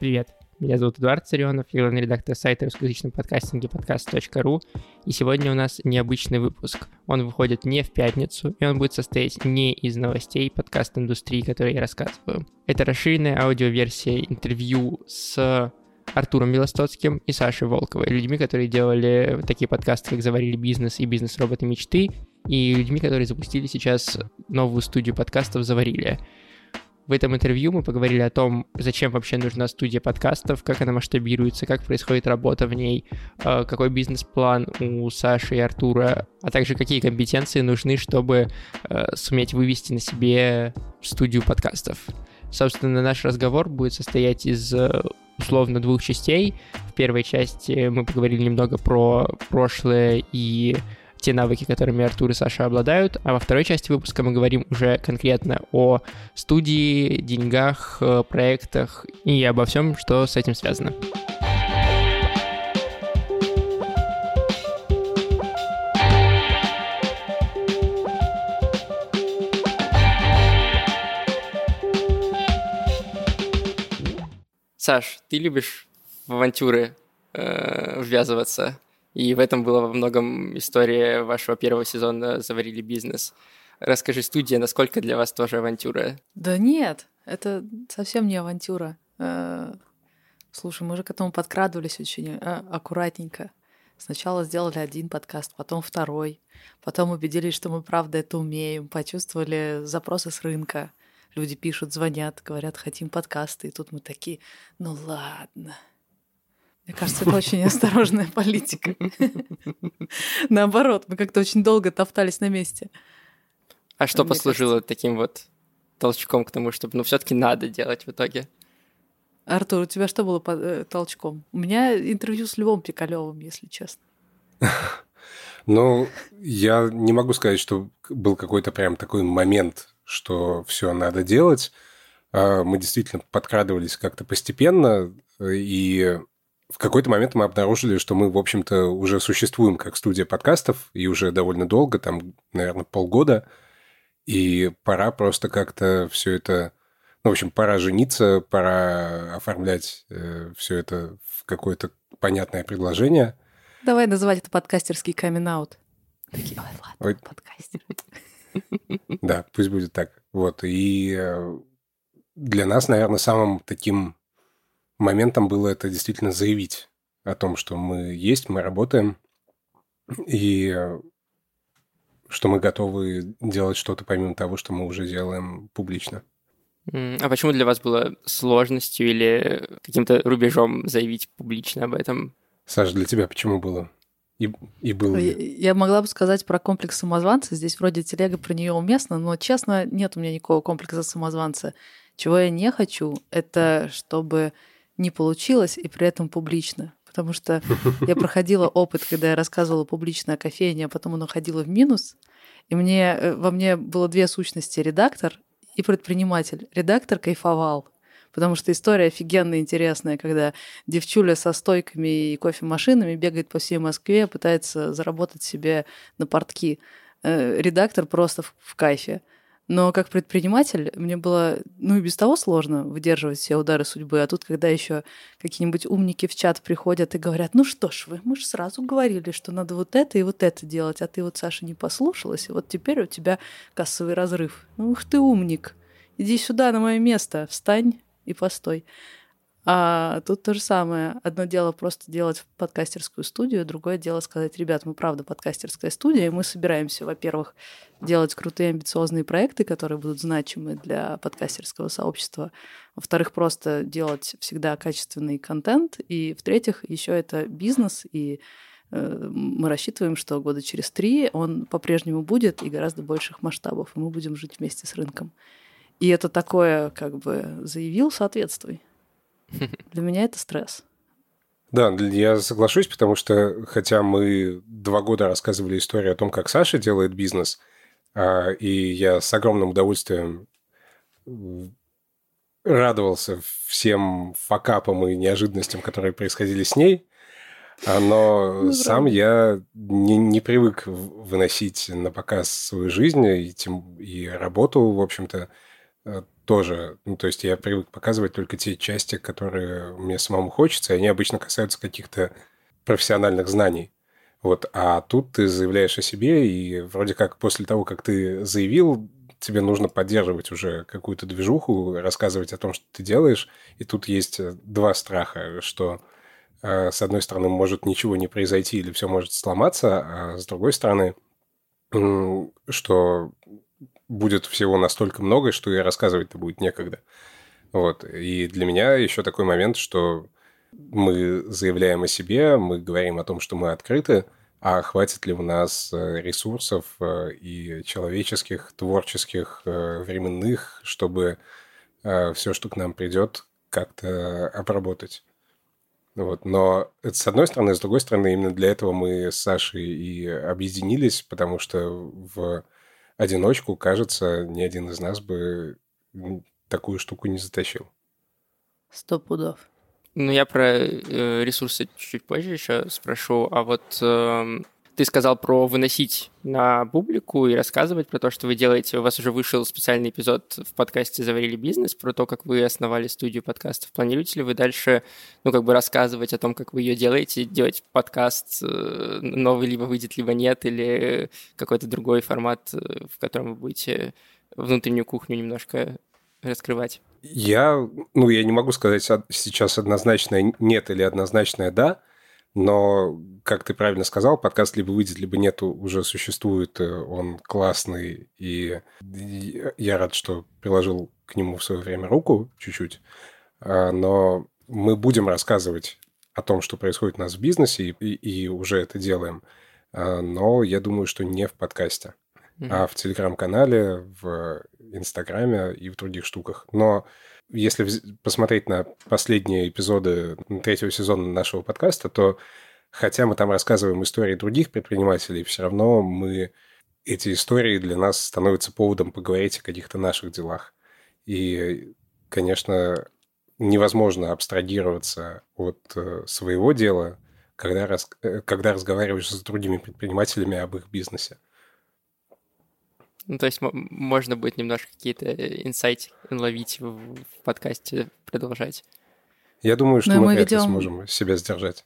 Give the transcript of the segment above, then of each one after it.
Привет, меня зовут Эдуард Царионов, я главный редактор сайта русскоязычного подкастинга podcast.ru, и сегодня у нас необычный выпуск. Он выходит не в пятницу, и он будет состоять не из новостей подкаст-индустрии, которые я рассказываю. Это расширенная аудиоверсия интервью с Артуром Белостоцким и Сашей Волковой, людьми, которые делали такие подкасты, как «Заварили бизнес» и «Бизнес-роботы мечты», и людьми, которые запустили сейчас новую студию подкастов «Заварили». В этом интервью мы поговорили о том, зачем вообще нужна студия подкастов, как она масштабируется, как происходит работа в ней, какой бизнес-план у Саши и Артура, а также какие компетенции нужны, чтобы суметь вывести на себе студию подкастов. Собственно, наш разговор будет состоять из условно 2 частей. В первой части мы поговорили немного про прошлое и те навыки, которыми Артур и Саша обладают, а во второй части выпуска мы говорим уже конкретно о студии, деньгах, проектах и обо всем, что с этим связано. Саш, ты любишь в авантюры ввязываться? И в этом была во многом история вашего первого сезона «Заварили бизнес». Расскажи, студия, насколько для вас тоже авантюра? Да нет, это совсем не авантюра. Слушай, мы же к этому подкрадывались очень аккуратненько. Сначала сделали 1 подкаст, потом 2, потом убедились, что мы правда это умеем, почувствовали запросы с рынка. Люди пишут, звонят, говорят, хотим подкасты, и тут мы такие, ну ладно. Мне кажется, это очень осторожная политика. Наоборот, мы как-то очень долго топтались на месте. А что послужило таким вот толчком к тому, чтобы, все-таки надо делать в итоге? Артур, у тебя что было толчком? У меня интервью с Львом Пикалёвым, если честно. Я не могу сказать, что был какой-то прям такой момент, что все надо делать. Мы действительно подкрадывались как-то постепенно, и в какой-то момент мы обнаружили, что мы, в общем-то, уже существуем как студия подкастов, и уже довольно долго, там, наверное, полгода, и пора просто как-то все это... пора жениться, пора оформлять все это в какое-то понятное предложение. Давай называть это подкастерский камин-аут. Такие, ладно, подкастер. Да, пусть будет так. И для нас, наверное, самым таким моментом было это действительно заявить о том, что мы есть, мы работаем, и что мы готовы делать что-то помимо того, что мы уже делаем публично. А почему для вас было сложностью или каким-то рубежом заявить публично об этом? Саша, для тебя почему было? И было ли? Я могла бы сказать про комплекс самозванца. Здесь вроде телега про нее уместна, но, честно, нет у меня никакого комплекса самозванца. Чего я не хочу, это чтобы не получилось и при этом публично. Потому что я проходила опыт, когда я рассказывала публично о кофейне, а потом она уходила в минус. И во мне было 2 сущности: редактор и предприниматель. Редактор кайфовал, потому что история офигенно интересная, когда девчуля со стойками и кофемашинами бегает по всей Москве, пытается заработать себе на портки. Редактор просто в кайфе. Но как предприниматель мне было, и без того сложно выдерживать все удары судьбы. А тут, когда еще какие-нибудь умники в чат приходят и говорят, что ж мы же сразу говорили, что надо вот это и вот это делать, а ты Саша, не послушалась, и вот теперь у тебя кассовый разрыв. Ух ты умник, иди сюда на мое место, встань и постой. А тут то же самое. Одно дело просто делать подкастерскую студию, другое дело сказать, ребят, мы правда подкастерская студия, и мы собираемся, во-первых, делать крутые амбициозные проекты, которые будут значимы для подкастерского сообщества, во-вторых, просто делать всегда качественный контент, и в-третьих, еще это бизнес, и мы рассчитываем, что года через 3 он по-прежнему будет и гораздо больших масштабов, и мы будем жить вместе с рынком. И это такое, заявил, соответствуй. Для меня это стресс. Да, я соглашусь, потому что, хотя мы 2 года рассказывали историю о том, как Саша делает бизнес, и я с огромным удовольствием радовался всем факапам и неожиданностям, которые происходили с ней, но сам я не привык выносить на показ свою жизнь и работу, в общем-то, тоже. Ну, то есть я привык показывать только те части, которые мне самому хочется, и они обычно касаются каких-то профессиональных знаний. Вот. А тут ты заявляешь о себе, и вроде как после того, как ты заявил, тебе нужно поддерживать уже какую-то движуху, рассказывать о том, что ты делаешь. И тут есть два страха, что с одной стороны может ничего не произойти или все может сломаться, а с другой стороны, что будет всего настолько много, что и рассказывать-то будет некогда. Вот. И для меня еще такой момент, что мы заявляем о себе, мы говорим о том, что мы открыты, а хватит ли у нас ресурсов и человеческих, творческих, временных, чтобы все, что к нам придет, как-то обработать. Вот. Но это с одной стороны, с другой стороны, именно для этого мы с Сашей и объединились, потому что в одиночку, кажется, ни один из нас бы такую штуку не затащил. 100 пудов. Ну, я про ресурсы чуть позже еще спрошу. А вот ты сказал про выносить на публику и рассказывать про то, что вы делаете. У вас уже вышел специальный эпизод в подкасте «Заварили бизнес» про то, как вы основали студию подкастов. Планируете ли вы дальше, рассказывать о том, как вы ее делаете, делать подкаст новый либо выйдет, либо нет, или какой-то другой формат, в котором вы будете внутреннюю кухню немножко раскрывать? Я не могу сказать сейчас однозначное нет или однозначное да, но, как ты правильно сказал, подкаст либо выйдет, либо нет, уже существует, он классный, и я рад, что приложил к нему в свое время руку чуть-чуть, но мы будем рассказывать о том, что происходит у нас в бизнесе, и уже это делаем, но я думаю, что не в подкасте, а в Телеграм-канале, в Инстаграме и в других штуках. Но если посмотреть на последние эпизоды 3-го сезона нашего подкаста, то хотя мы там рассказываем истории других предпринимателей, все равно эти истории для нас становятся поводом поговорить о каких-то наших делах. И, конечно, невозможно абстрагироваться от своего дела, когда разговариваешь с другими предпринимателями об их бизнесе. Ну, то есть можно будет немножко какие-то инсайты ловить в подкасте, продолжать. Я думаю, что мы вряд ли сможем себя сдержать.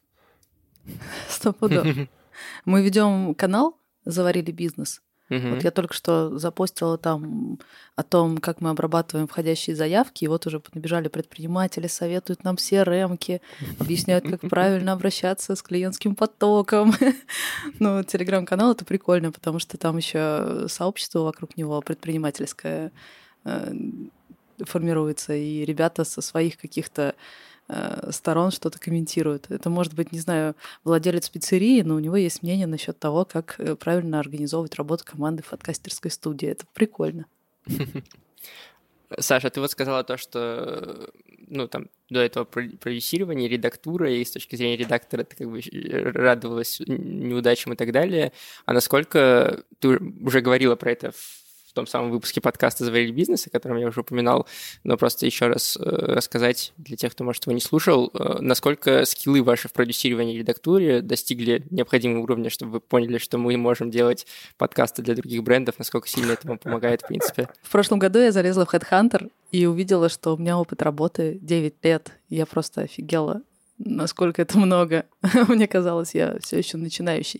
100%. Мы ведем канал «Заварили бизнес». Вот я только что запостила там о том, как мы обрабатываем входящие заявки, и вот уже набежали предприниматели, советуют нам CRM-ки, объясняют, как правильно обращаться с клиентским потоком. Ну, телеграм-канал — это прикольно, потому что там еще сообщество вокруг него предпринимательское формируется, и ребята со своих каких-то сторон что-то комментируют. Это может быть, не знаю, владелец пиццерии, но у него есть мнение насчет того, как правильно организовывать работу команды в подкастерской студии. Это прикольно. Саша, ты вот сказала то, что до этого продюсирования, редактура, и с точки зрения редактора ты как бы радовалась неудачам и так далее. А насколько ты уже говорила про это в том самом выпуске подкаста «Заварили бизнес», о котором я уже упоминал, но просто еще раз рассказать для тех, кто, может, его не слушал, насколько скиллы ваши в продюсировании и редактуре достигли необходимого уровня, чтобы вы поняли, что мы можем делать подкасты для других брендов, насколько сильно это вам помогает, в принципе. В прошлом году я залезла в HeadHunter и увидела, что у меня опыт работы 9 лет. Я просто офигела, насколько это много. Мне казалось, я все еще начинающий.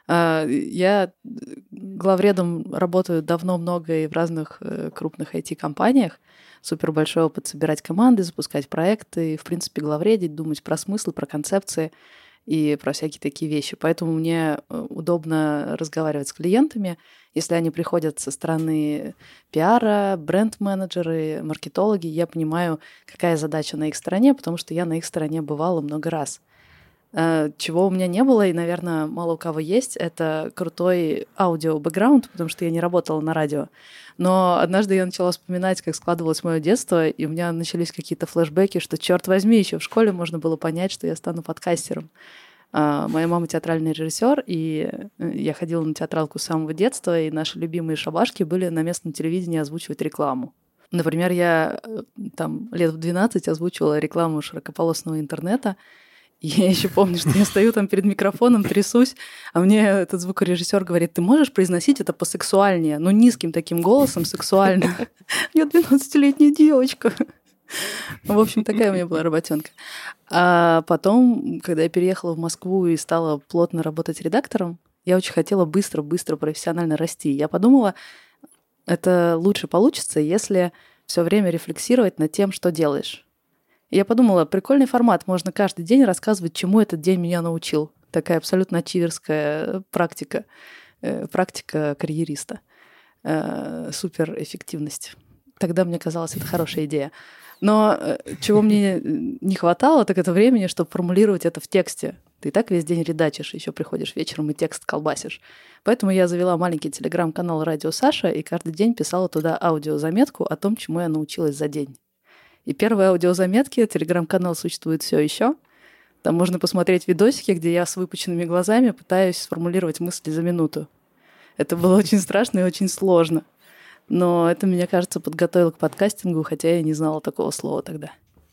Я главредом работаю давно, много и в разных крупных IT-компаниях. Супер большой опыт собирать команды, запускать проекты, и, в принципе, главредить, думать про смыслы, про концепции и про всякие такие вещи. Поэтому мне удобно разговаривать с клиентами, если они приходят со стороны пиара, бренд-менеджеры, маркетологи. Я понимаю, какая задача на их стороне, потому что я на их стороне бывала много раз. Чего у меня не было, и, наверное, мало у кого есть, это крутой аудио-бэкграунд, потому что я не работала на радио. Но однажды я начала вспоминать, как складывалось мое детство, и у меня начались какие-то флешбеки, что, черт возьми, еще в школе можно было понять, что я стану подкастером. Моя мама театральный режиссер, и я ходила на театралку с самого детства, и наши любимые шабашки были на местном телевидении озвучивать рекламу. Например, я там лет в 12 озвучивала рекламу широкополосного интернета, Я еще помню, что я стою там перед микрофоном, трясусь, а мне этот звукорежиссер говорит: ты можешь произносить это посексуальнее, ну, низким таким голосом, сексуально. Я 12-летняя девочка. В общем, такая у меня была работенка. А потом, когда я переехала в Москву и стала плотно работать редактором, я очень хотела быстро профессионально расти. Я подумала, это лучше получится, если все время рефлексировать над тем, что делаешь. И я подумала, прикольный формат, можно каждый день рассказывать, чему этот день меня научил. Такая абсолютно ачиверская практика, практика карьериста, суперэффективность. Тогда мне казалось, это хорошая идея. Но чего мне не хватало, так это времени, чтобы формулировать это в тексте. Ты и так весь день редачишь, еще приходишь вечером и текст колбасишь. Поэтому я завела маленький телеграм-канал «Радио Саша» и каждый день писала туда аудиозаметку о том, чему я научилась за день. И первые аудиозаметки, телеграм-канал существует все еще. Там можно посмотреть видосики, где я с выпученными глазами пытаюсь сформулировать мысли за минуту. Это было очень страшно и очень сложно. Но это, мне кажется, подготовило к подкастингу, хотя я не знала такого слова тогда.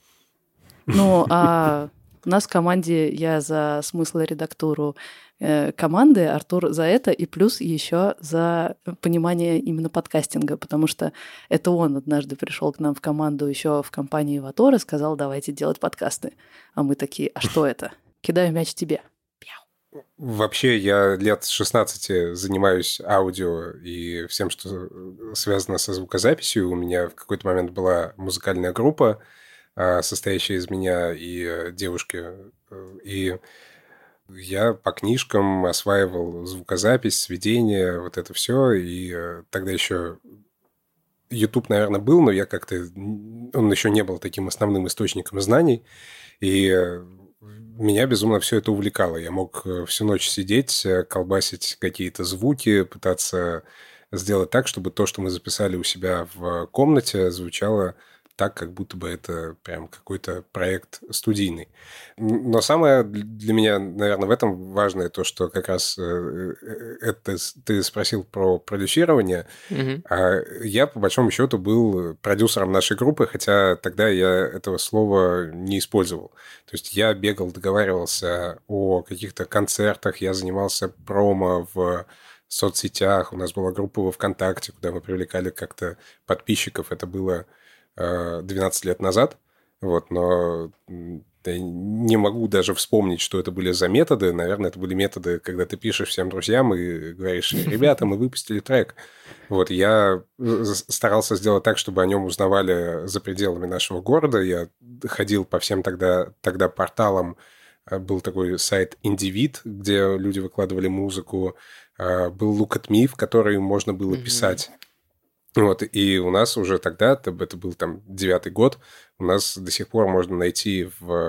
Ну, а у нас в команде я за смысл и редактуру команды, Артур за это, и плюс еще за понимание именно подкастинга, потому что это он однажды пришел к нам в команду еще в компании Ватор и сказал: давайте делать подкасты. А мы такие: а что это? Кидаю мяч тебе. Вообще, я лет с 16 занимаюсь аудио и всем, что связано со звукозаписью. У меня в какой-то момент была музыкальная группа, состоящая из меня и девушки. И я по книжкам осваивал звукозапись, сведение, вот это все. И тогда еще YouTube, наверное, был, но я как-то... Он еще не был таким основным источником знаний. И меня безумно все это увлекало. Я мог всю ночь сидеть, колбасить какие-то звуки, пытаться сделать так, чтобы то, что мы записали у себя в комнате, звучало так, как будто бы это прям какой-то проект студийный. Но самое для меня, наверное, в этом важное то, что как раз это ты спросил про продюсирование. А я, по большому счету, был продюсером нашей группы, хотя тогда я этого слова не использовал. То есть я бегал, договаривался о каких-то концертах, я занимался промо в соцсетях, у нас была группа во ВКонтакте, куда мы привлекали как-то подписчиков, это было 12 лет назад, вот, но я не могу даже вспомнить, что это были за методы. Наверное, это были методы, когда ты пишешь всем друзьям и говоришь: ребята, мы выпустили трек. Вот, я старался сделать так, чтобы о нем узнавали за пределами нашего города. Я ходил по всем тогда порталам. Был такой сайт Индивид, где люди выкладывали музыку. Был Look at Me, в который можно было писать. Вот, и у нас уже тогда, это был там 9-й год, у нас до сих пор можно найти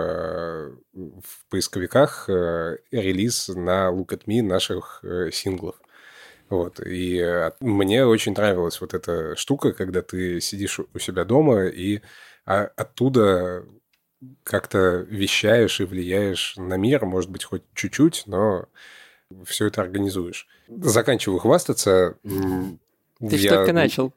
в поисковиках релиз на Look at Me наших синглов. Вот, и мне очень нравилась вот эта штука, когда ты сидишь у себя дома и оттуда как-то вещаешь и влияешь на мир, может быть, хоть чуть-чуть, но все это организуешь. Заканчиваю хвастаться. Ты ж только начал.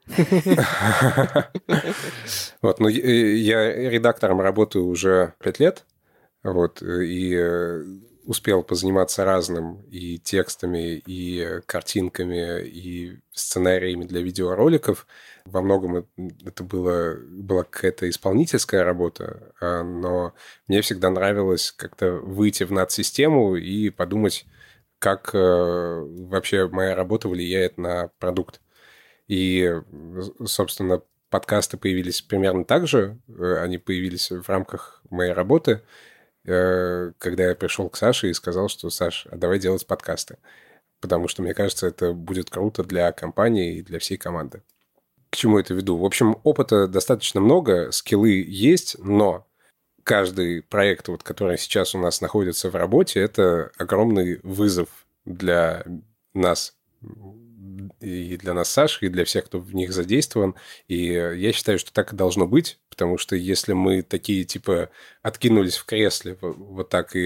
Вот, ну, я редактором работаю уже 5 лет, вот, и успел позаниматься разным и текстами, и картинками, и сценариями для видеороликов. Во многом это была какая-то исполнительская работа, но мне всегда нравилось как-то выйти в надсистему и подумать, как вообще моя работа влияет на продукт. И, собственно, подкасты появились примерно так же. Они появились в рамках моей работы, когда я пришел к Саше и сказал, что: Саш, а давай делать подкасты. Потому что, мне кажется, это будет круто для компании и для всей команды. К чему это веду? В общем, опыта достаточно много, скиллы есть, но каждый проект, вот, который сейчас у нас находится в работе, это огромный вызов для нас, и для нас, Саши, и для всех, кто в них задействован. И я считаю, что так и должно быть, потому что если мы такие, типа, откинулись в кресле вот так и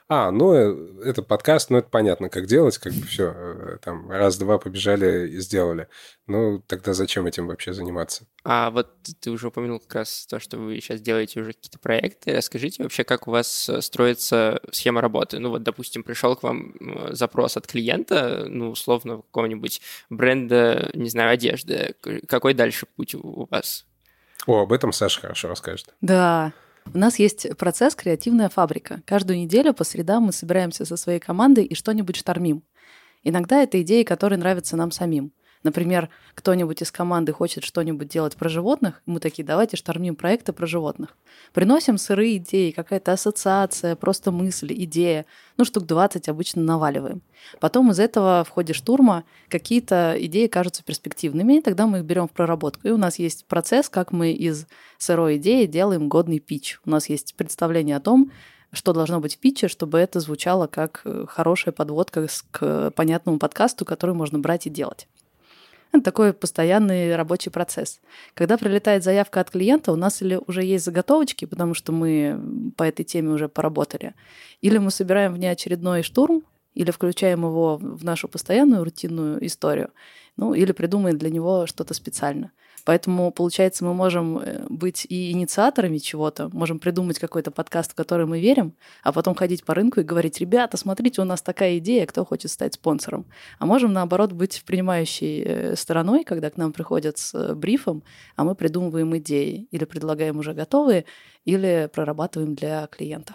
Это подкаст, это понятно, как делать, как бы все, там, раз-два побежали и сделали. Ну, тогда зачем этим вообще заниматься? А вот ты уже упомянул как раз то, что вы сейчас делаете уже какие-то проекты. Расскажите вообще, как у вас строится схема работы. Ну вот, допустим, пришел к вам запрос от клиента, ну, условно, какого-нибудь бренда, не знаю, одежды. Какой дальше путь у вас? Об этом Саша хорошо расскажет. Да. У нас есть процесс «Креативная фабрика». Каждую неделю по средам мы собираемся со своей командой и что-нибудь штормим. Иногда это идеи, которые нравятся нам самим. Например, кто-нибудь из команды хочет что-нибудь делать про животных, и мы такие, давайте штормим проекты про животных. Приносим сырые идеи, какая-то ассоциация, просто мысль, идея. Штук 20 обычно наваливаем. Потом из этого в ходе штурма какие-то идеи кажутся перспективными, и тогда мы их берем в проработку. И у нас есть процесс, как мы из сырой идеи делаем годный питч. У нас есть представление о том, что должно быть в питче, чтобы это звучало как хорошая подводка к понятному подкасту, который можно брать и делать. Это такой постоянный рабочий процесс. Когда прилетает заявка от клиента, у нас или уже есть заготовочки, потому что мы по этой теме уже поработали, или мы собираем внеочередной штурм, или включаем его в нашу постоянную рутинную историю, или придумаем для него что-то специально. Поэтому, получается, мы можем быть и инициаторами чего-то, можем придумать какой-то подкаст, в который мы верим, а потом ходить по рынку и говорить, ребята, смотрите, у нас такая идея, кто хочет стать спонсором. А можем, наоборот, быть принимающей стороной, когда к нам приходят с брифом, а мы придумываем идеи, или предлагаем уже готовые, или прорабатываем для клиента.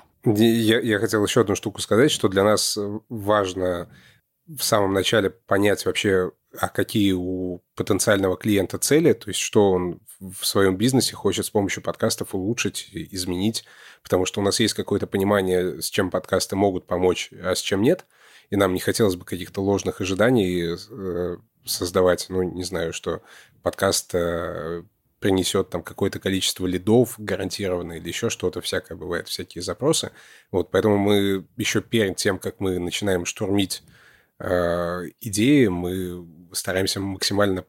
Я хотел еще одну штуку сказать, что для нас важно в самом начале понять вообще, а какие у потенциального клиента цели, то есть что он в своем бизнесе хочет с помощью подкастов улучшить, изменить, потому что у нас есть какое-то понимание, с чем подкасты могут помочь, а с чем нет, и нам не хотелось бы каких-то ложных ожиданий создавать, не знаю, что подкаст принесет там какое-то количество лидов гарантированно или еще что-то, всякое бывает, всякие запросы. Поэтому мы еще перед тем, как мы начинаем штурмить идеи, мы стараемся максимально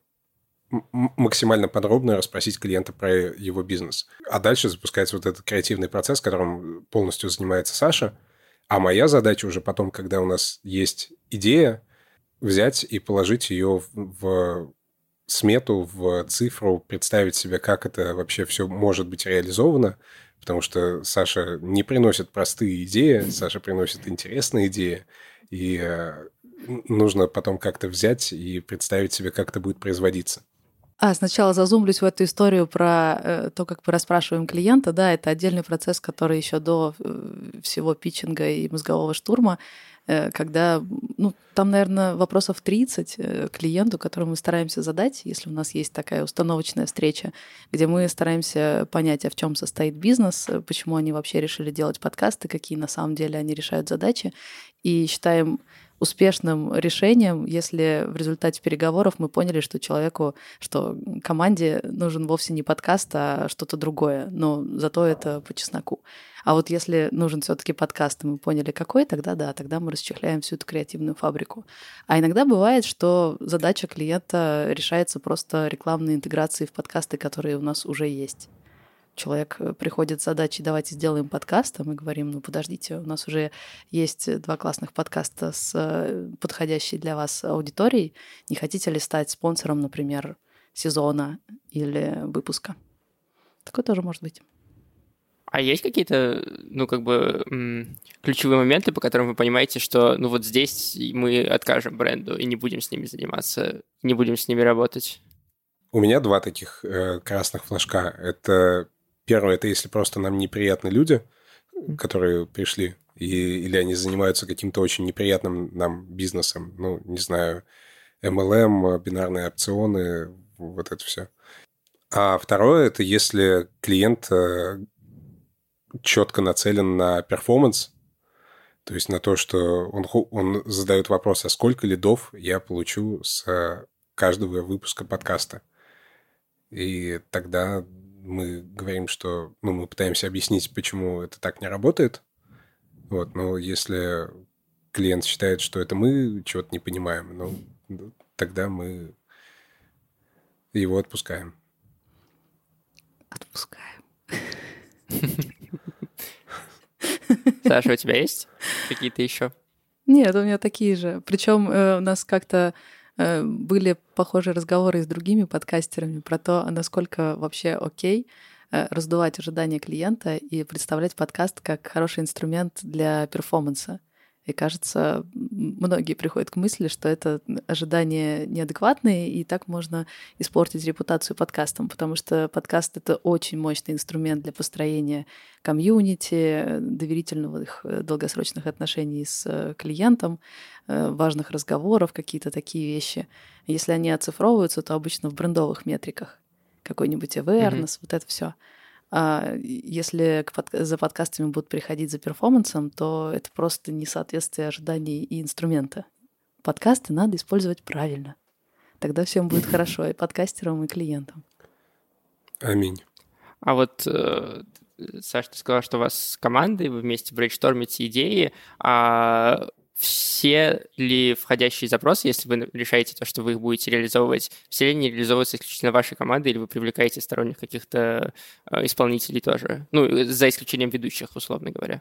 подробно расспросить клиента про его бизнес. А дальше запускается этот креативный процесс, которым полностью занимается Саша. А моя задача уже потом, когда у нас есть идея, взять и положить ее в смету, в цифру, представить себе, как это вообще все может быть реализовано, потому что Саша не приносит простые идеи, Саша приносит интересные идеи, и нужно потом как-то взять и представить себе, как это будет производиться. Сначала зазумлюсь в эту историю про то, как мы расспрашиваем клиента. Да, это отдельный процесс, который еще до всего питчинга и мозгового штурма, когда, там, наверное, вопросов 30 клиенту, который мы стараемся задать, если у нас есть такая установочная встреча, где мы стараемся понять, а в чем состоит бизнес, почему они вообще решили делать подкасты, какие на самом деле они решают задачи, и считаем успешным решением, если в результате переговоров мы поняли, что что команде нужен вовсе не подкаст, а что-то другое, но зато это по чесноку. А вот если нужен все-таки подкаст, и мы поняли, какой, тогда мы расчехляем всю эту креативную фабрику. А иногда бывает, что задача клиента решается просто рекламной интеграцией в подкасты, которые у нас уже есть. Человек приходит с задачей «давайте сделаем подкаст», а мы говорим, подождите, у нас уже есть 2 классных подкаста с подходящей для вас аудиторией. Не хотите ли стать спонсором, например, сезона или выпуска? Такое тоже может быть. А есть какие-то, ключевые моменты, по которым вы понимаете, что, здесь мы откажем бренду и не будем с ними заниматься, не будем с ними работать? У меня 2 таких красных флажка. Это первое, это если просто нам неприятны люди, которые пришли, или они занимаются каким-то очень неприятным нам бизнесом, не знаю, MLM, бинарные опционы, вот это все. А второе, это если клиент четко нацелен на перформанс, то есть на то, что он задает вопрос, а сколько лидов я получу с каждого выпуска подкаста. И тогда мы говорим, что мы пытаемся объяснить, почему это так не работает. Но если клиент считает, что это мы чего-то не понимаем, тогда мы его отпускаем. Отпускаем. Саша, у тебя есть какие-то еще? Нет, у меня такие же. Причем у нас как-то были похожие разговоры с другими подкастерами про то, насколько вообще окей раздувать ожидания клиента и представлять подкаст как хороший инструмент для перформанса. И кажется, многие приходят к мысли, что это ожидания неадекватные, и так можно испортить репутацию подкастом, потому что подкаст — это очень мощный инструмент для построения комьюнити, доверительных долгосрочных отношений с клиентом, важных разговоров, какие-то такие вещи. Если они оцифровываются, то обычно в брендовых метриках. Какой-нибудь awareness, вот это все. А если за подкастами будут приходить за перформансом, то это просто несоответствие ожиданий и инструмента. Подкасты надо использовать правильно. Тогда всем будет хорошо, и подкастерам, и клиентам. Аминь. А вот, Саша, ты сказала, что у вас с командой, вы вместе брейнштормите идеи, а все ли входящие запросы, если вы решаете то, что вы их будете реализовывать, все ли они реализовываются исключительно вашей командой, или вы привлекаете сторонних каких-то исполнителей тоже? Ну, за исключением ведущих, условно говоря.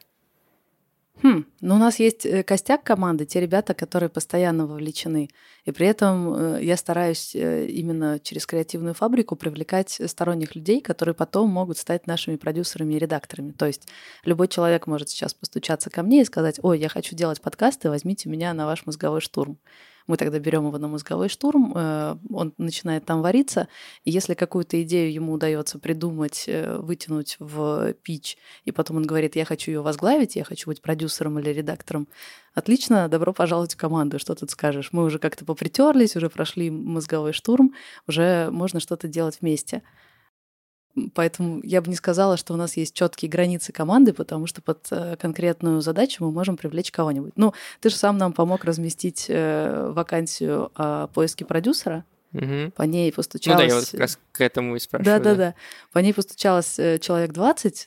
Ну, у нас есть костяк команды, те ребята, которые постоянно вовлечены. И при этом я стараюсь именно через креативную фабрику привлекать сторонних людей, которые потом могут стать нашими продюсерами и редакторами. То есть любой человек может сейчас постучаться ко мне и сказать: ой, я хочу делать подкасты, возьмите меня на ваш мозговой штурм. Мы тогда берем его на мозговой штурм, он начинает там вариться, и если какую-то идею ему удается придумать, вытянуть в пич, и потом он говорит: я хочу ее возглавить, я хочу быть продюсером или редактором, отлично, добро пожаловать в команду, что тут скажешь. Мы уже как-то попритерлись, уже прошли мозговой штурм, уже можно что-то делать вместе. Поэтому я бы не сказала, что у нас есть четкие границы команды, потому что под конкретную задачу мы можем привлечь кого-нибудь. Ну, ты же сам нам помог разместить вакансию о поиске продюсера. Угу. По ней постучалось... Ну да, я вот как раз к этому и спрашиваю. Да. По ней постучалось человек 20,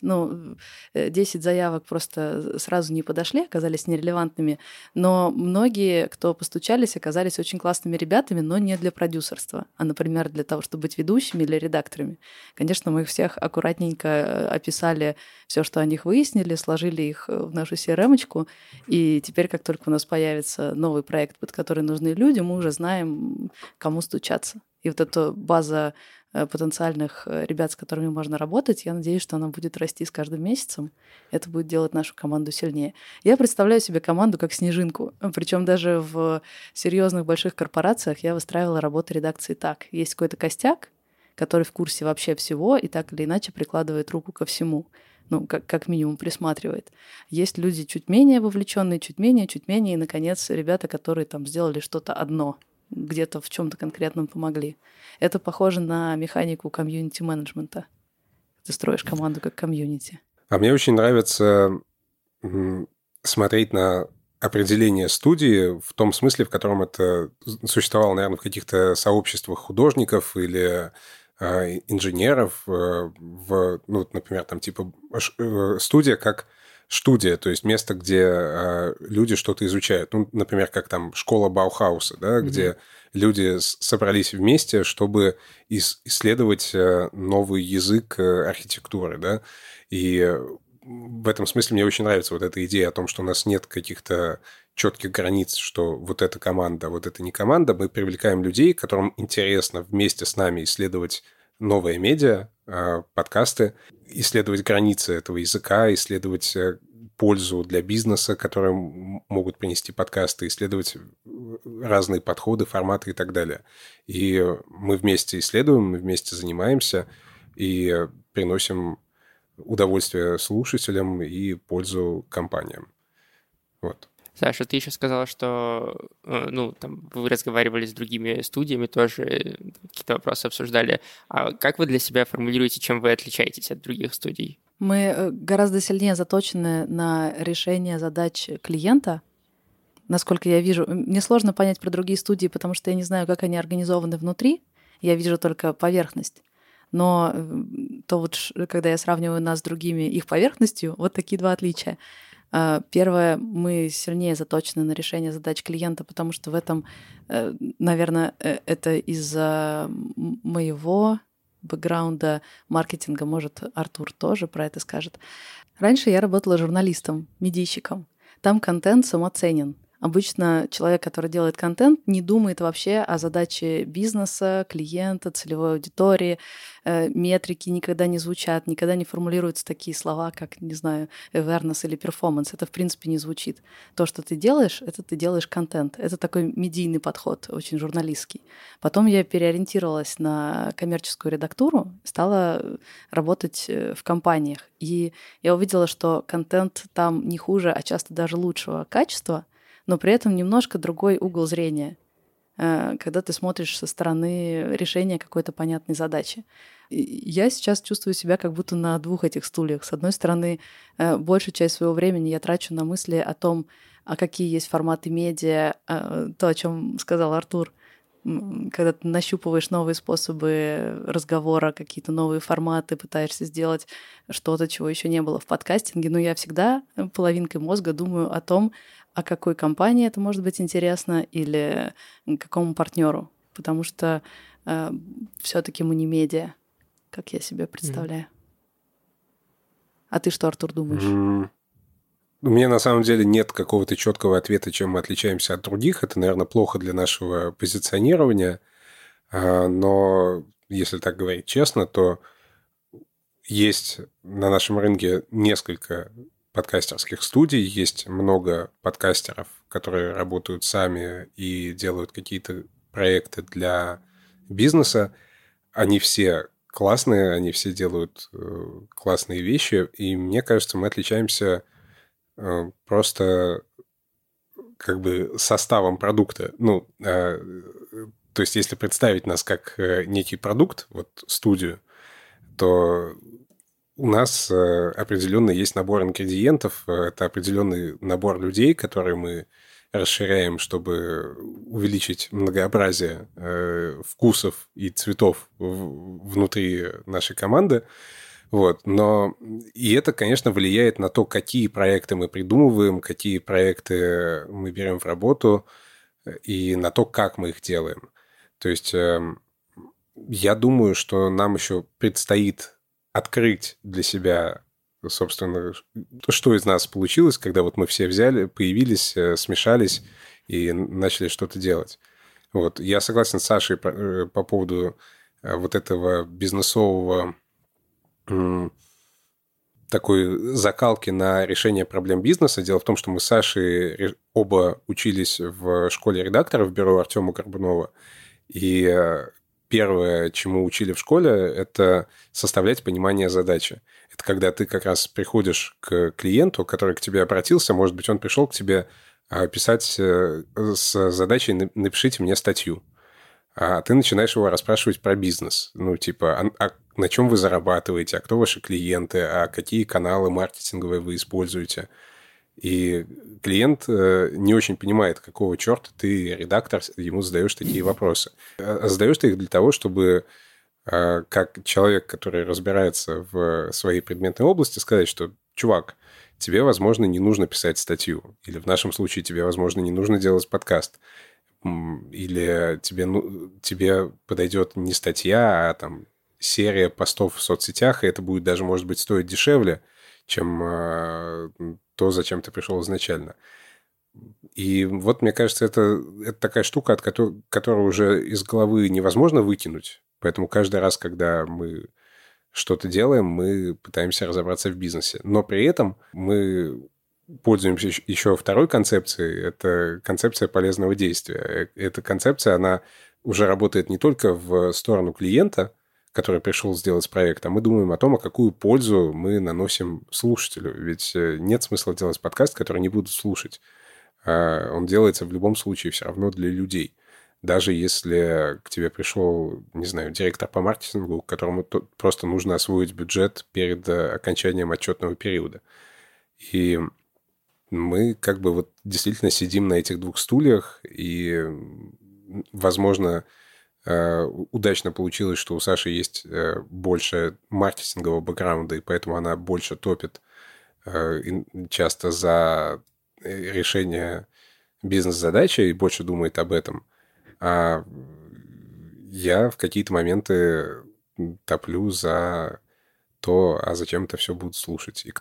10 заявок просто сразу не подошли, оказались нерелевантными, но многие, кто постучались, оказались очень классными ребятами, но не для продюсерства, а, например, для того, чтобы быть ведущими или редакторами. Конечно, мы их всех аккуратненько описали, все, что о них выяснили, сложили их в нашу CRM-очку, и теперь, как только у нас появится новый проект, под который нужны люди, мы уже знаем, кому стучаться. И вот эта база потенциальных ребят, с которыми можно работать, я надеюсь, что она будет расти с каждым месяцем. Это будет делать нашу команду сильнее. Я представляю себе команду как снежинку. Причем даже в серьезных больших корпорациях я выстраивала работу редакции так. Есть какой-то костяк, который в курсе вообще всего и так или иначе прикладывает руку ко всему. Ну, как минимум присматривает. Есть люди чуть менее вовлеченные, чуть менее, и, наконец, ребята, которые там сделали что-то одно, где-то в чем-то конкретном помогли. Это похоже на механику комьюнити-менеджмента. Ты строишь команду как комьюнити. А мне очень нравится смотреть на определение студии в том смысле, в котором это существовало, наверное, в каких-то сообществах художников или инженеров, например, там типа студия как студия, то есть место, где люди что-то изучают. Ну, например, как там школа Баухауса, да, где люди собрались вместе, чтобы исследовать новый язык архитектуры, да. И в этом смысле мне очень нравится вот эта идея о том, что у нас нет каких-то четких границ, что вот эта команда, вот это не команда. Мы привлекаем людей, которым интересно вместе с нами исследовать новые медиа, подкасты, исследовать границы этого языка, исследовать пользу для бизнеса, которые могут принести подкасты, исследовать разные подходы, форматы и так далее. И мы вместе исследуем, мы вместе занимаемся и приносим удовольствие слушателям и пользу компаниям. Вот. Саша, ты еще сказала, что вы разговаривали с другими студиями, тоже какие-то вопросы обсуждали. А как вы для себя формулируете, чем вы отличаетесь от других студий? Мы гораздо сильнее заточены на решение задач клиента. Насколько я вижу, мне сложно понять про другие студии, потому что я не знаю, как они организованы внутри. Я вижу только поверхность. Но то вот, когда я сравниваю нас с другими их поверхностью, вот такие два отличия. Первое, мы сильнее заточены на решение задач клиента, потому что в этом, наверное, это из-за моего бэкграунда маркетинга, может, Артур тоже про это скажет. Раньше я работала журналистом, медийщиком. Там контент самоценен. Обычно человек, который делает контент, не думает вообще о задаче бизнеса, клиента, целевой аудитории. Метрики никогда не звучат, никогда не формулируются такие слова, как, не знаю, awareness или performance. Это, в принципе, не звучит. То, что ты делаешь, это ты делаешь контент. Это такой медийный подход, очень журналистский. Потом я переориентировалась на коммерческую редактуру, стала работать в компаниях. И я увидела, что контент там не хуже, а часто даже лучшего качества, но при этом немножко другой угол зрения, когда ты смотришь со стороны решения какой-то понятной задачи. И я сейчас чувствую себя как будто на двух этих стульях. С одной стороны, большую часть своего времени я трачу на мысли о том, какие есть форматы медиа, то, о чем сказал Артур, когда ты нащупываешь новые способы разговора, какие-то новые форматы, пытаешься сделать что-то, чего еще не было в подкастинге. Но я всегда половинкой мозга думаю о том, о какой компании это может быть интересно или какому партнеру, потому что все-таки мы не медиа, как я себе представляю. А ты что, Артур, думаешь? У меня на самом деле нет какого-то четкого ответа, чем мы отличаемся от других. Это, наверное, плохо для нашего позиционирования. Но если так говорить честно, то есть на нашем рынке несколько подкастерских студий, есть много подкастеров, которые работают сами и делают какие-то проекты для бизнеса. Они все классные, они все делают классные вещи, и мне кажется, мы отличаемся просто как бы составом продукта. То есть, если представить нас как некий продукт, вот студию, то у нас определенно есть набор ингредиентов, это определенный набор людей, которые мы расширяем, чтобы увеличить многообразие вкусов и цветов внутри нашей команды. Вот. Но и это, конечно, влияет на то, какие проекты мы придумываем, какие проекты мы берем в работу, и на то, как мы их делаем. То есть я думаю, что нам еще предстоит открыть для себя, собственно, что из нас получилось, когда вот мы все взяли, появились, смешались и начали что-то делать. Вот. Я согласен с Сашей по поводу вот этого бизнесового такой закалки на решение проблем бизнеса. Дело в том, что мы с Сашей оба учились в школе редакторов в бюро Артема Горбунова. И первое, чему учили в школе, это составлять понимание задачи. Это когда ты как раз приходишь к клиенту, который к тебе обратился, может быть, он пришел к тебе писать с задачей «напишите мне статью». А ты начинаешь его расспрашивать про бизнес. На чем вы зарабатываете, а кто ваши клиенты, а какие каналы маркетинговые вы используете. И клиент не очень понимает, какого черта ты, редактор, ему задаешь такие вопросы. А задаешь ты их для того, чтобы, как человек, который разбирается в своей предметной области, сказать, что, чувак, тебе, возможно, не нужно писать статью. Или в нашем случае тебе, возможно, не нужно делать подкаст. Или тебе подойдет не статья, а там серия постов в соцсетях, и это будет даже, может быть, стоить дешевле, чем то, зачем ты пришел изначально. И вот, мне кажется, это такая штука, от которой уже из головы невозможно выкинуть. Поэтому каждый раз, когда мы что-то делаем, мы пытаемся разобраться в бизнесе. Но при этом мы пользуемся еще второй концепцией. Это концепция полезного действия. Эта концепция, она уже работает не только в сторону клиента, который пришел сделать проект, а мы думаем о том, а какую пользу мы наносим слушателю. Ведь нет смысла делать подкаст, который не будут слушать. Он делается в любом случае все равно для людей. Даже если к тебе пришел, не знаю, директор по маркетингу, которому просто нужно освоить бюджет перед окончанием отчетного периода. И мы как бы вот действительно сидим на этих двух стульях, и, возможно, удачно получилось, что у Саши есть больше маркетингового бэкграунда, и поэтому она больше топит часто за решение бизнес-задачи и больше думает об этом. А я в какие-то моменты топлю за то а зачем это все будут слушать? И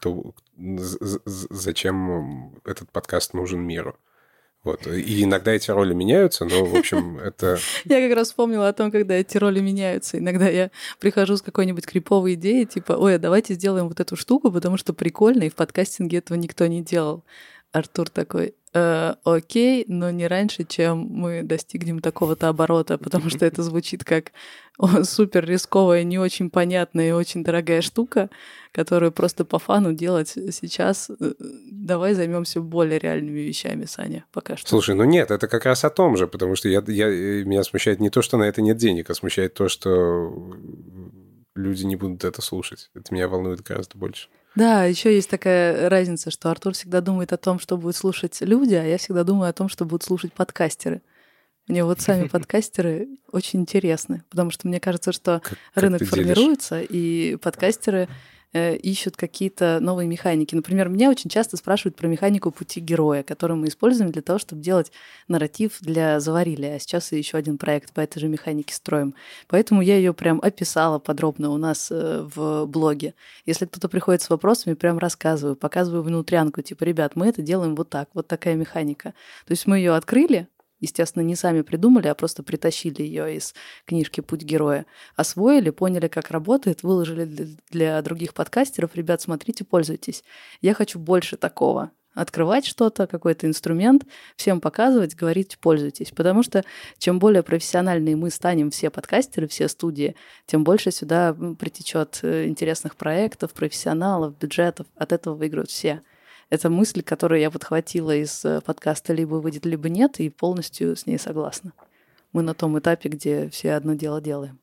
зачем этот подкаст нужен миру? Вот. И иногда эти роли меняются, но, в общем, это... Я как раз вспомнила о том, когда эти роли меняются. Иногда я прихожу с какой-нибудь криповой идеей, типа, ой, давайте сделаем вот эту штуку, потому что прикольно, и в подкастинге этого никто не делал. Артур такой, окей, но не раньше, чем мы достигнем такого-то оборота, потому что это звучит как супер рисковая, не очень понятная и очень дорогая штука, которую просто по фану делать сейчас. Давай займемся более реальными вещами, Саня, пока что. Слушай, ну нет, это как раз о том же, потому что меня смущает не то, что на это нет денег, а смущает то, что люди не будут это слушать. Это меня волнует гораздо больше. Да, еще есть такая разница, что Артур всегда думает о том, что будут слушать люди, а я всегда думаю о том, что будут слушать подкастеры. Мне вот сами подкастеры очень интересны, потому что мне кажется, что рынок формируется, и подкастеры ищут какие-то новые механики. Например, меня очень часто спрашивают про механику пути героя, которую мы используем для того, чтобы делать нарратив для «Заварили». А сейчас еще один проект по этой же механике строим. Поэтому я ее прям описала подробно у нас в блоге. Если кто-то приходит с вопросами, прям рассказываю, показываю внутрянку. Типа, ребят, мы это делаем вот так, вот такая механика. То есть мы ее открыли, естественно, не сами придумали, а просто притащили ее из книжки «Путь героя», освоили, поняли, как работает, выложили для других подкастеров. Ребят, смотрите, пользуйтесь. Я хочу больше такого. Открывать что-то, какой-то инструмент, всем показывать, говорить, пользуйтесь. Потому что чем более профессиональные мы станем, все подкастеры, все студии, тем больше сюда притечет интересных проектов, профессионалов, бюджетов. От этого выиграют все. Это мысль, которую я подхватила из подкаста «Либо выйдет, либо нет», и полностью с ней согласна. Мы на том этапе, где все одно дело делаем.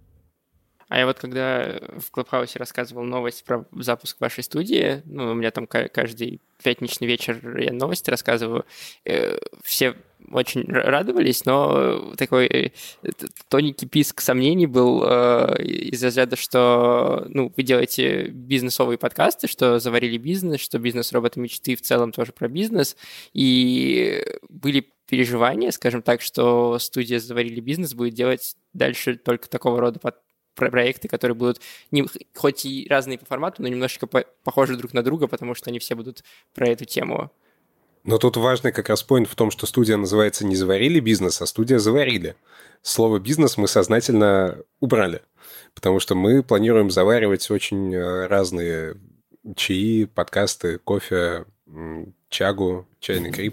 А я вот когда в Клабхаусе рассказывал новость про запуск вашей студии, у меня там каждый пятничный вечер я новости рассказываю, все очень радовались, но такой тоненький писк сомнений был из разряда, что вы делаете бизнесовые подкасты, что заварили бизнес, что бизнес-роботы мечты в целом тоже про бизнес, и были переживания, скажем так, что студия «Заварили бизнес» будет делать дальше только такого рода проекты, которые будут хоть и разные по формату, но немножечко похожи друг на друга, потому что они все будут про эту тему. Но тут важный как раз поинт в том, что студия называется не «Заварили бизнес», а студия «Заварили». Слово «бизнес» мы сознательно убрали, потому что мы планируем заваривать очень разные чаи, подкасты, кофе, чагу, чайный гриб.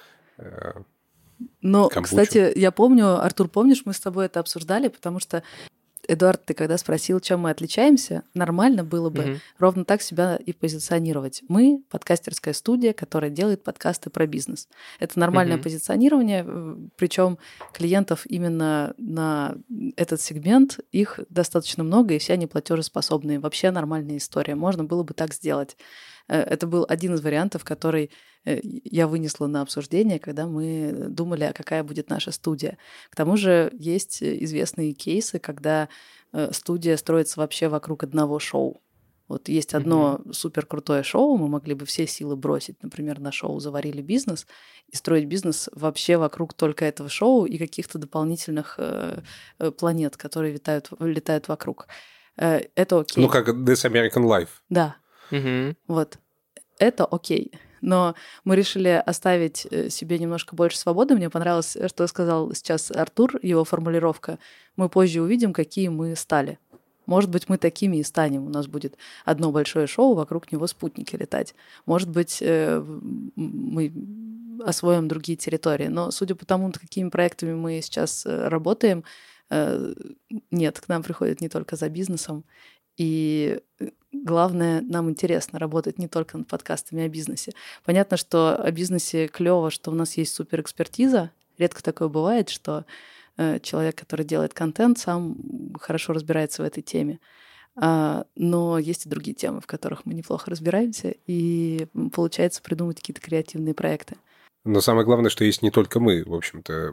Но, камбучу. Кстати, я помню, Артур, помнишь, мы с тобой это обсуждали, потому что Эдуард, ты когда спросил, чем мы отличаемся, нормально было бы ровно так себя и позиционировать. Мы — подкастерская студия, которая делает подкасты про бизнес. Это нормальное позиционирование, причем клиентов именно на этот сегмент, их достаточно много, и все они платежеспособные. Вообще нормальная история. Можно было бы так сделать. Это был один из вариантов, который я вынесла на обсуждение, когда мы думали, а какая будет наша студия. К тому же есть известные кейсы, когда студия строится вообще вокруг одного шоу. Вот есть одно суперкрутое шоу, мы могли бы все силы бросить, например, на шоу «Заварили бизнес» и строить бизнес вообще вокруг только этого шоу и каких-то дополнительных планет, которые летают вокруг. Это окей. Как This American Life. Да. Вот. Это окей. Но мы решили оставить себе немножко больше свободы. Мне понравилось, что сказал сейчас Артур, его формулировка. Мы позже увидим, какие мы стали. Может быть, мы такими и станем. У нас будет одно большое шоу, вокруг него спутники летать. Может быть, мы освоим другие территории. Но судя по тому, над какими проектами мы сейчас работаем, нет, к нам приходят не только за бизнесом. И главное, нам интересно работать не только над подкастами о бизнесе. Понятно, что о бизнесе клево, что у нас есть суперэкспертиза. Редко такое бывает, что человек, который делает контент, сам хорошо разбирается в этой теме. Но есть и другие темы, в которых мы неплохо разбираемся, и получается придумать какие-то креативные проекты. Но самое главное, что есть не только мы, в общем-то.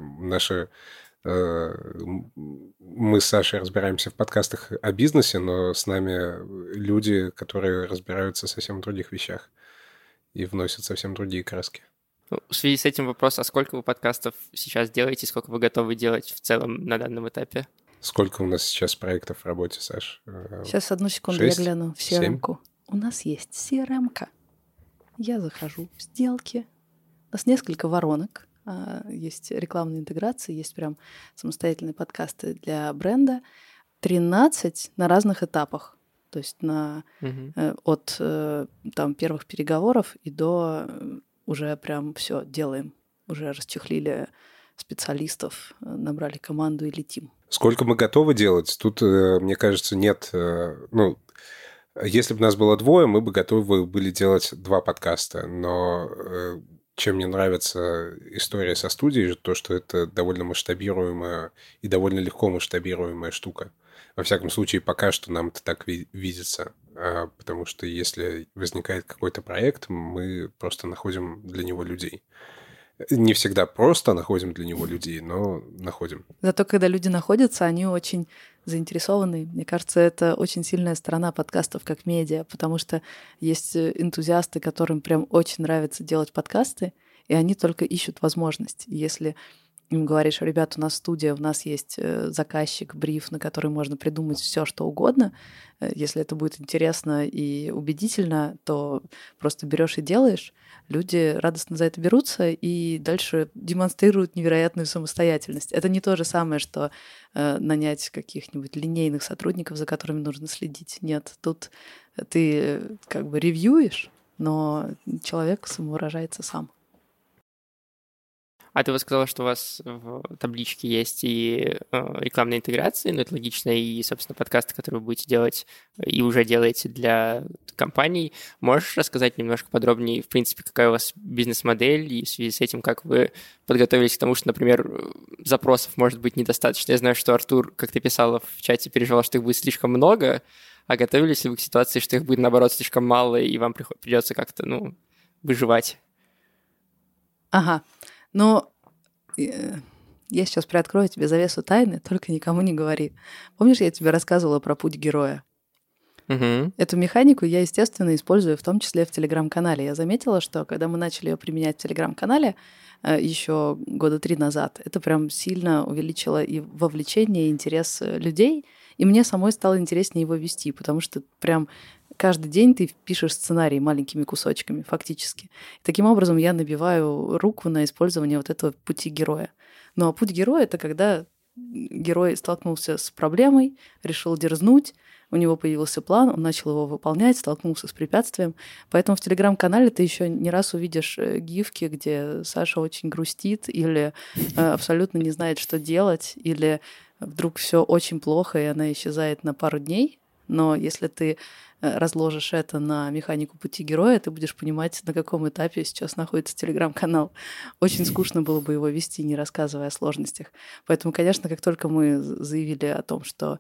Мы с Сашей разбираемся в подкастах о бизнесе, но с нами люди, которые разбираются совсем в других вещах и вносят совсем другие краски. В связи с этим вопрос, а сколько вы подкастов сейчас делаете, сколько вы готовы делать в целом на данном этапе? Сколько у нас сейчас проектов в работе, Саш? Сейчас, одну секунду, 6? я гляну в 7? CRM-ку. У нас есть CRM-ка. Я захожу в сделки. У нас несколько воронок. Есть рекламные интеграции, есть прям самостоятельные подкасты для бренда. 13 на разных этапах. То есть от там, первых переговоров и до уже прям все делаем. Уже расчехлили специалистов, набрали команду и летим. Сколько мы готовы делать? Тут, мне кажется, нет... Если бы нас было 2, мы бы готовы были делать 2 подкаста. Но чем мне нравится история со студией, то, что это довольно масштабируемая и довольно легко масштабируемая штука. Во всяком случае, пока что нам это так видится. Потому что если возникает какой-то проект, мы просто находим для него людей. Не всегда просто находим для него людей, но находим. Зато когда люди находятся, они очень заинтересованы. Мне кажется, это очень сильная сторона подкастов как медиа, потому что есть энтузиасты, которым прям очень нравится делать подкасты, и они только ищут возможность. Если им говоришь: ребят, у нас студия, у нас есть заказчик, бриф, на который можно придумать все, что угодно. Если это будет интересно и убедительно, то просто берешь и делаешь. Люди радостно за это берутся и дальше демонстрируют невероятную самостоятельность. Это не то же самое, что нанять каких-нибудь линейных сотрудников, за которыми нужно следить. Нет, тут ты как бы ревьюешь, но человек самовыражается сам. А ты вот сказала, что у вас в табличке есть и рекламные интеграции, но это логично, и, собственно, подкасты, которые вы будете делать и уже делаете для компаний. Можешь рассказать немножко подробнее, в принципе, какая у вас бизнес-модель, и в связи с этим, как вы подготовились к тому, что, например, запросов может быть недостаточно? Я знаю, что Артур, как ты писала в чате, переживал, что их будет слишком много, а готовились ли вы к ситуации, что их будет, наоборот, слишком мало, и вам придется как-то, выживать? Ага. Но я сейчас приоткрою тебе завесу тайны, только никому не говори. Помнишь, я тебе рассказывала про путь героя? Угу. Эту механику я, естественно, использую в том числе в Телеграм-канале. Я заметила, что когда мы начали ее применять в Телеграм-канале еще 3 года назад, это прям сильно увеличило и вовлечение, и интерес людей, и мне самой стало интереснее его вести, потому что прям каждый день ты пишешь сценарий маленькими кусочками, фактически. Таким образом, я набиваю руку на использование вот этого пути героя. Ну, а путь героя — это когда герой столкнулся с проблемой, решил дерзнуть, у него появился план, он начал его выполнять, столкнулся с препятствием. Поэтому в Телеграм-канале ты еще не раз увидишь гифки, где Саша очень грустит или абсолютно не знает, что делать, или вдруг все очень плохо, и она исчезает на пару дней. Но если ты разложишь это на механику пути героя, ты будешь понимать, на каком этапе сейчас находится Телеграм-канал. Очень скучно было бы его вести, не рассказывая о сложностях. Поэтому, конечно, как только мы заявили о том, что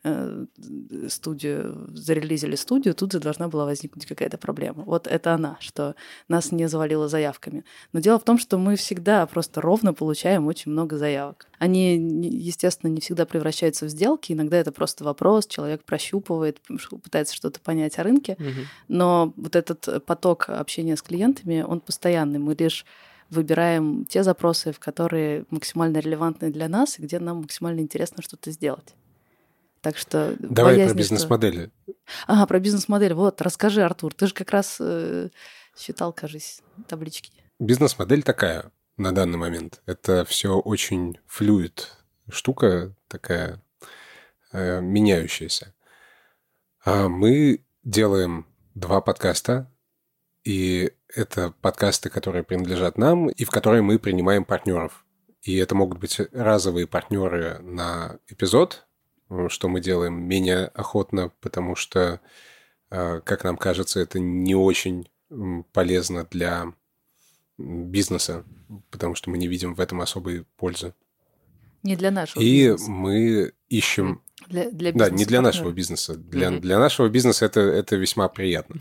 зарелизили студию, тут же должна была возникнуть какая-то проблема. Вот это она, что нас не завалило заявками. Но дело в том, что мы всегда просто ровно получаем очень много заявок. Они, естественно, не всегда превращаются в сделки. Иногда это просто вопрос, человек прощупывает, пытается что-то понять о рынке. Но вот этот поток общения с клиентами, он постоянный. Мы лишь выбираем те запросы, которые максимально релевантны для нас и где нам максимально интересно что-то сделать. Так что давай про бизнес-модели. Ага, про бизнес-модель. Вот, расскажи, Артур. Ты же как раз считал, кажись, таблички. Бизнес-модель такая на данный момент. Это все очень флюид штука, такая меняющаяся. Мы делаем 2 подкаста, и это подкасты, которые принадлежат нам, и в которые мы принимаем партнеров. И это могут быть разовые партнеры на эпизод, что мы делаем менее охотно, потому что, как нам кажется, это не очень полезно для бизнеса, потому что мы не видим в этом особой пользы. Не для нашего бизнеса. И мы ищем... Для да, не для нашего бизнеса. Для нашего бизнеса это весьма приятно.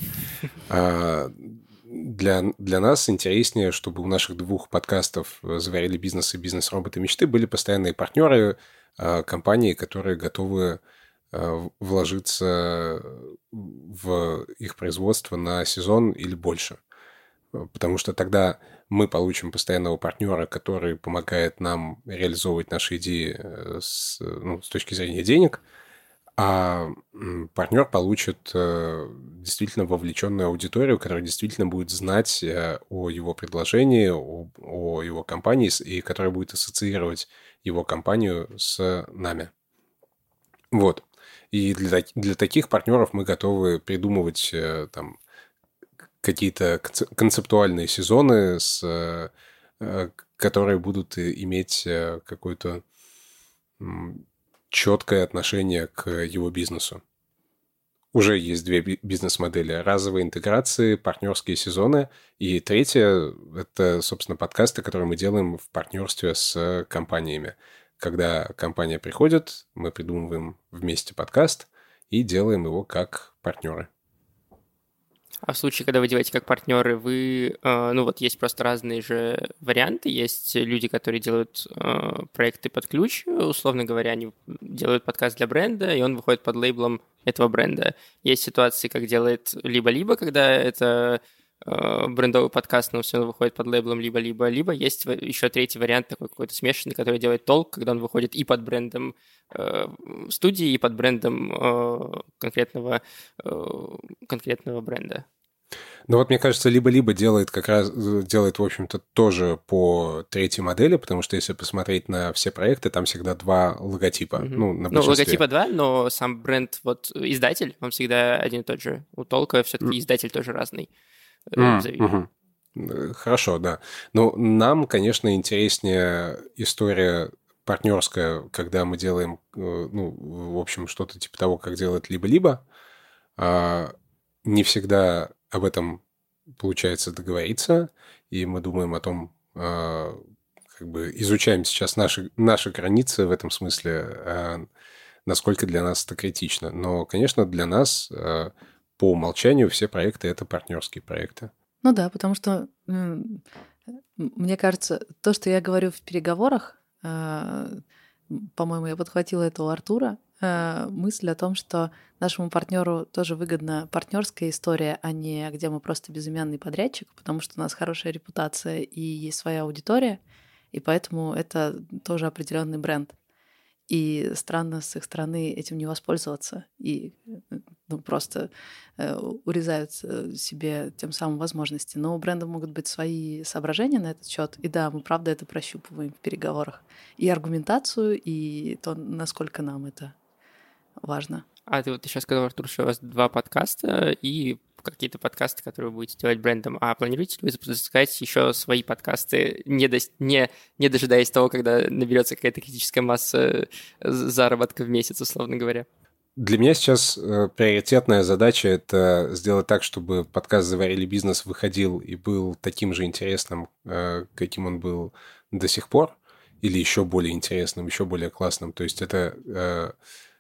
Для нас интереснее, чтобы у наших 2 подкастов «Заварили бизнес» и «Бизнес-роботы мечты» были постоянные партнеры, компании, которые готовы вложиться в их производство на сезон или больше. потому что тогда мы получим постоянного партнера, который помогает нам реализовывать наши идеи с точки зрения денег, а партнер получит действительно вовлеченную аудиторию, которая действительно будет знать о его предложении, о его компании, и которая будет ассоциировать его компанию с нами. Вот. И для таких партнеров мы готовы придумывать там какие-то концептуальные сезоны, которые будут иметь какое-то четкое отношение к его бизнесу. Уже есть две бизнес-модели. Разовые интеграции, партнерские сезоны. И третье – это, собственно, подкасты, которые мы делаем в партнерстве с компаниями. Когда компания приходит, мы придумываем вместе подкаст и делаем его как партнеры. А в случае, когда вы делаете как партнеры, вы, есть просто разные же варианты. Есть люди, которые делают проекты под ключ, условно говоря, они делают подкаст для бренда, и он выходит под лейблом этого бренда. Есть ситуации, как делает либо-либо, когда это брендовый подкаст, но все равно выходит под лейблом либо-либо. Либо есть еще третий вариант, такой какой-то смешанный, который делает толк, когда он выходит и под брендом студии, и под брендом конкретного бренда. Ну вот, мне кажется, либо-либо делает, в общем-то, тоже по третьей модели, потому что если посмотреть на все проекты, там всегда два логотипа. На большинстве. Логотипа два, но сам бренд, издатель, он всегда один и тот же. У Толка все-таки издатель тоже разный. Хорошо, да. Но нам, конечно, интереснее история партнерская, когда мы делаем, в общем, что-то типа того, как делает либо-либо. Не всегда об этом получается договориться, и мы думаем о том, изучаем сейчас наши границы в этом смысле, насколько для нас это критично. Но, конечно, для нас по умолчанию все проекты – это партнерские проекты. Ну да, потому что, мне кажется, то, что я говорю в переговорах, по-моему, я подхватила это у Артура, мысль о том, что нашему партнеру тоже выгодна партнерская история, а не где мы просто безымянный подрядчик, потому что у нас хорошая репутация и есть своя аудитория, и поэтому это тоже определенный бренд. И странно с их стороны этим не воспользоваться и просто урезают себе тем самым возможности. Но у бренда могут быть свои соображения на этот счет. И да, мы правда это прощупываем в переговорах. И аргументацию, и то, насколько нам это важно. А ты сейчас сказал, Артур, что у вас 2 подкаста и какие-то подкасты, которые вы будете делать брендом. А планируете ли вы запускать еще свои подкасты, не дожидаясь того, когда наберется какая-то критическая масса заработка в месяц, условно говоря? Для меня сейчас приоритетная задача – это сделать так, чтобы подкаст «Заварили бизнес» выходил и был таким же интересным, каким он был до сих пор, или еще более интересным, еще более классным. То есть это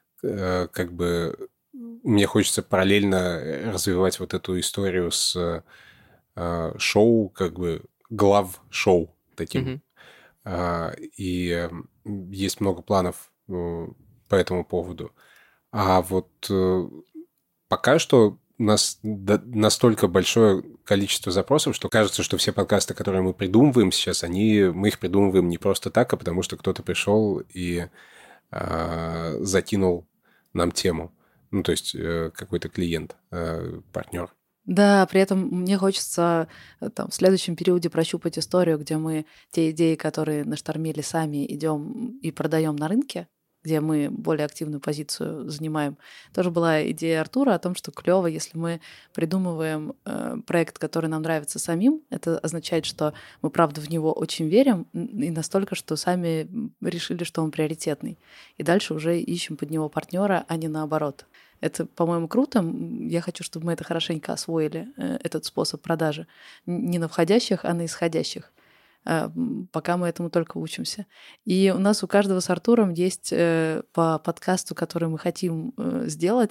мне хочется параллельно развивать вот эту историю с шоу, глав-шоу таким. И есть много планов по этому поводу. А вот пока что у нас настолько большое количество запросов, что кажется, что все подкасты, которые мы придумываем сейчас, мы их придумываем не просто так, а потому что кто-то пришел и закинул нам тему. То есть какой-то клиент, партнер. Да, при этом мне хочется в следующем периоде прощупать историю, где мы те идеи, которые наштормили сами, идем и продаем на рынке, где мы более активную позицию занимаем. Тоже была идея Артура о том, что клево, если мы придумываем проект, который нам нравится самим. Это означает, что мы, правда, в него очень верим, и настолько, что сами решили, что он приоритетный. И дальше уже ищем под него партнера, а не наоборот. Это, по-моему, круто. Я хочу, чтобы мы это хорошенько освоили, этот способ продажи. Не на входящих, а на исходящих. Пока мы этому только учимся. И у нас у каждого с Артуром есть по подкасту, который мы хотим сделать,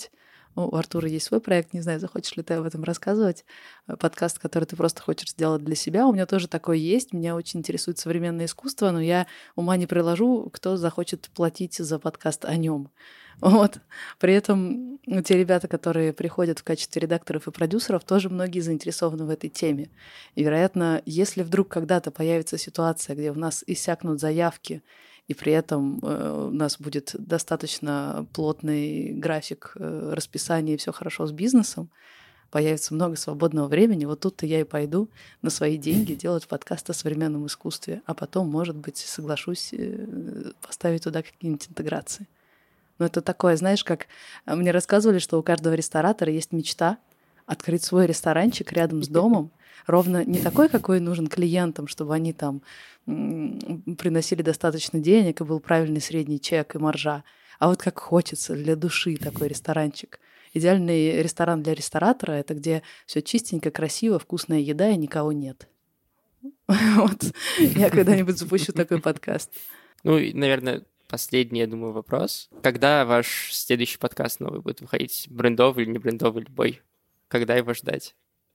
У Артура есть свой проект, не знаю, захочешь ли ты об этом рассказывать. Подкаст, который ты просто хочешь сделать для себя. У меня тоже такой есть. Меня очень интересует современное искусство, но я ума не приложу, кто захочет платить за подкаст о нем. Вот. При этом те ребята, которые приходят в качестве редакторов и продюсеров, тоже многие заинтересованы в этой теме. И, вероятно, если вдруг когда-то появится ситуация, где у нас иссякнут заявки, и при этом у нас будет достаточно плотный график расписания и все хорошо с бизнесом, появится много свободного времени, вот тут-то я и пойду на свои деньги делать подкаст о современном искусстве, а потом, может быть, соглашусь поставить туда какие-нибудь интеграции. Но это такое, знаешь, как мне рассказывали, что у каждого ресторатора есть мечта открыть свой ресторанчик рядом с домом, ровно не такой, какой нужен клиентам, чтобы они там приносили достаточно денег, и был правильный средний чек и маржа, а вот как хочется для души такой ресторанчик. Идеальный ресторан для ресторатора — это где все чистенько, красиво, вкусная еда и никого нет. Вот. Я когда-нибудь запущу такой подкаст. Ну, наверное, последний, я думаю, вопрос. Когда ваш следующий подкаст новый будет выходить? Брендовый или не брендовый, любой? Когда его ждать?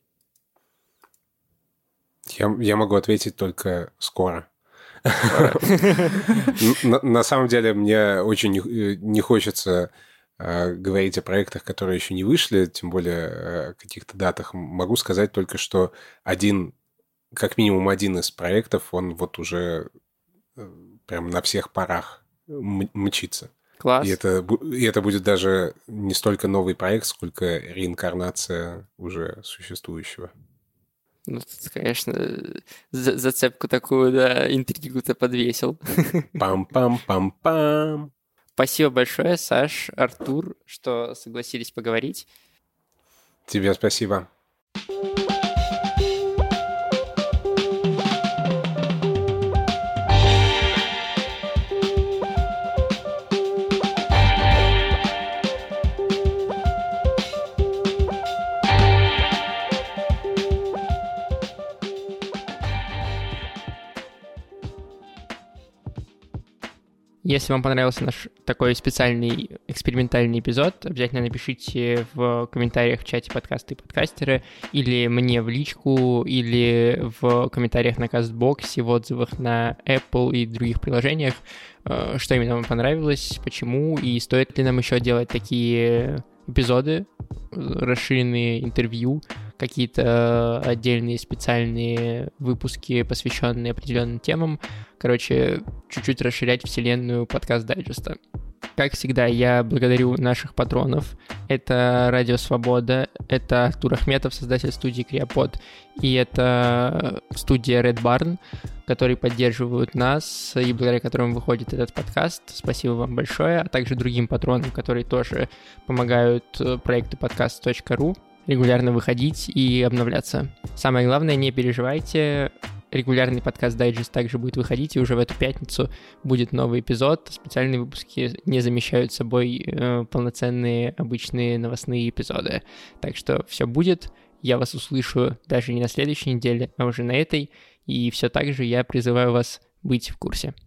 Я могу ответить только скоро. На самом деле, мне очень не хочется говорить о проектах, которые еще не вышли, тем более о каких-то датах. Могу сказать только, что как минимум один из проектов, он вот уже прям на всех парах мчится. Класс. И это будет даже не столько новый проект, сколько реинкарнация уже существующего. Ну, тут, конечно, зацепку такую, да, интригу-то подвесил. Пам-пам-пам-пам. Спасибо большое, Саш, Артур, что согласились поговорить. Тебе спасибо. Если вам понравился наш такой специальный экспериментальный эпизод, обязательно напишите в комментариях в чате подкасты и подкастеры, или мне в личку, или в комментариях на Кастбоксе, в отзывах на Apple и других приложениях, что именно вам понравилось, почему, и стоит ли нам еще делать такие эпизоды, расширенные интервью, какие-то отдельные специальные выпуски, посвященные определенным темам. Короче, чуть-чуть расширять вселенную подкаст-дайджеста. Как всегда, я благодарю наших патронов. Это Радио Свобода, это Артур Ахметов, создатель студии Криопод, и это студия Red Barn, которые поддерживают нас и благодаря которым выходит этот подкаст. Спасибо вам большое, а также другим патронам, которые тоже помогают проекту podcast.ru регулярно выходить и обновляться. Самое главное, не переживайте, регулярный подкаст Дайджест также будет выходить, и уже в эту пятницу будет новый эпизод. Специальные выпуски не замещают собой полноценные обычные новостные эпизоды. Так что все будет. Я вас услышу даже не на следующей неделе, а уже на этой. И все так же я призываю вас быть в курсе.